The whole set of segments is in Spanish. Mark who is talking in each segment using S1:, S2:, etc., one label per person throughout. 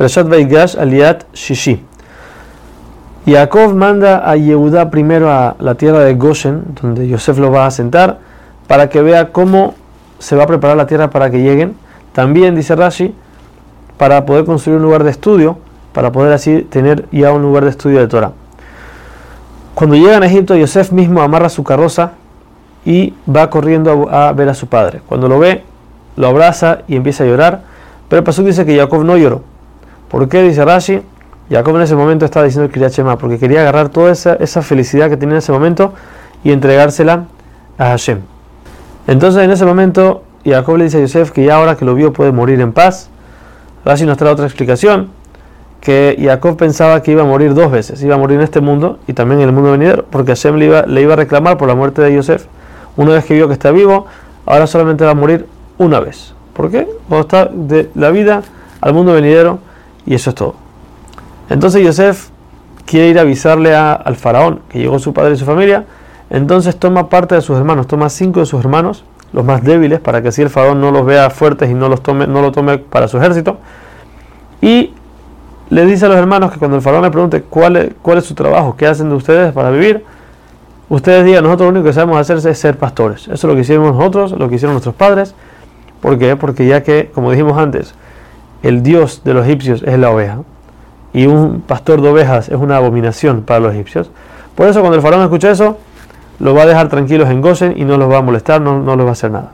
S1: Perashat Vaigash Aliat Shishi. Jacob manda a Yehudá primero a la tierra de Goshen, donde Yosef lo va a asentar, para que vea cómo se va a preparar la tierra para que lleguen. También, dice Rashi, para poder construir un lugar de estudio, para poder así tener ya un lugar de estudio de Torah. Cuando llegan a Egipto, Yosef mismo amarra su carroza y va corriendo a ver a su padre. Cuando lo ve, lo abraza y empieza a llorar, pero el pasuk dice que Jacob no lloró. ¿Por qué? Dice Rashi, Jacob en ese momento estaba diciendo el Kriyat Shema, porque quería agarrar toda esa felicidad que tenía en ese momento y entregársela a Hashem. Entonces en ese momento Jacob le dice a Yosef que ya ahora que lo vio puede morir en paz. Rashi nos trae otra explicación, que Jacob pensaba que iba a morir dos veces, iba a morir en este mundo y también en el mundo venidero, porque Hashem le iba a reclamar por la muerte de Yosef. Una vez que vio que está vivo, ahora solamente va a morir una vez. ¿Por qué? Cuando está de la vida al mundo venidero, y eso es todo. Entonces Yosef quiere ir a avisarle al faraón que llegó su padre y su familia. Entonces toma parte de sus hermanos, toma 5 de sus hermanos, los más débiles, para que así el faraón no los vea fuertes y no lo tome para su ejército. Y le dice a los hermanos que cuando el faraón le pregunte cuál es su trabajo, qué hacen de ustedes para vivir, ustedes digan, nosotros lo único que sabemos hacer es ser pastores. Eso es lo que hicimos nosotros, lo que hicieron nuestros padres. ¿Por qué? Porque ya que, como dijimos antes, el dios de los egipcios es la oveja, y un pastor de ovejas es una abominación para los egipcios. Por eso cuando el faraón escucha eso, los va a dejar tranquilos en Goshen y no los va a molestar, no les va a hacer nada.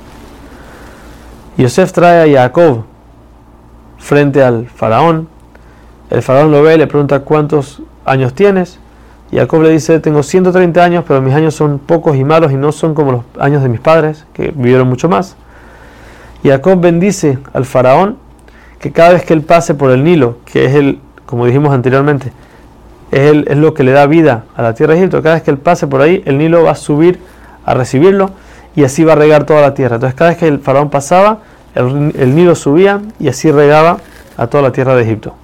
S1: Yosef trae a Jacob frente al faraón. El faraón lo ve y le pregunta cuántos años tienes. Jacob le dice, tengo 130 años, pero mis años son pocos y malos y no son como los años de mis padres, que vivieron mucho más. Jacob bendice al faraón que cada vez que él pase por el Nilo, que es como dijimos anteriormente, es lo que le da vida a la tierra de Egipto, cada vez que él pase por ahí, el Nilo va a subir a recibirlo y así va a regar toda la tierra. Entonces cada vez que el faraón pasaba, el Nilo subía y así regaba a toda la tierra de Egipto.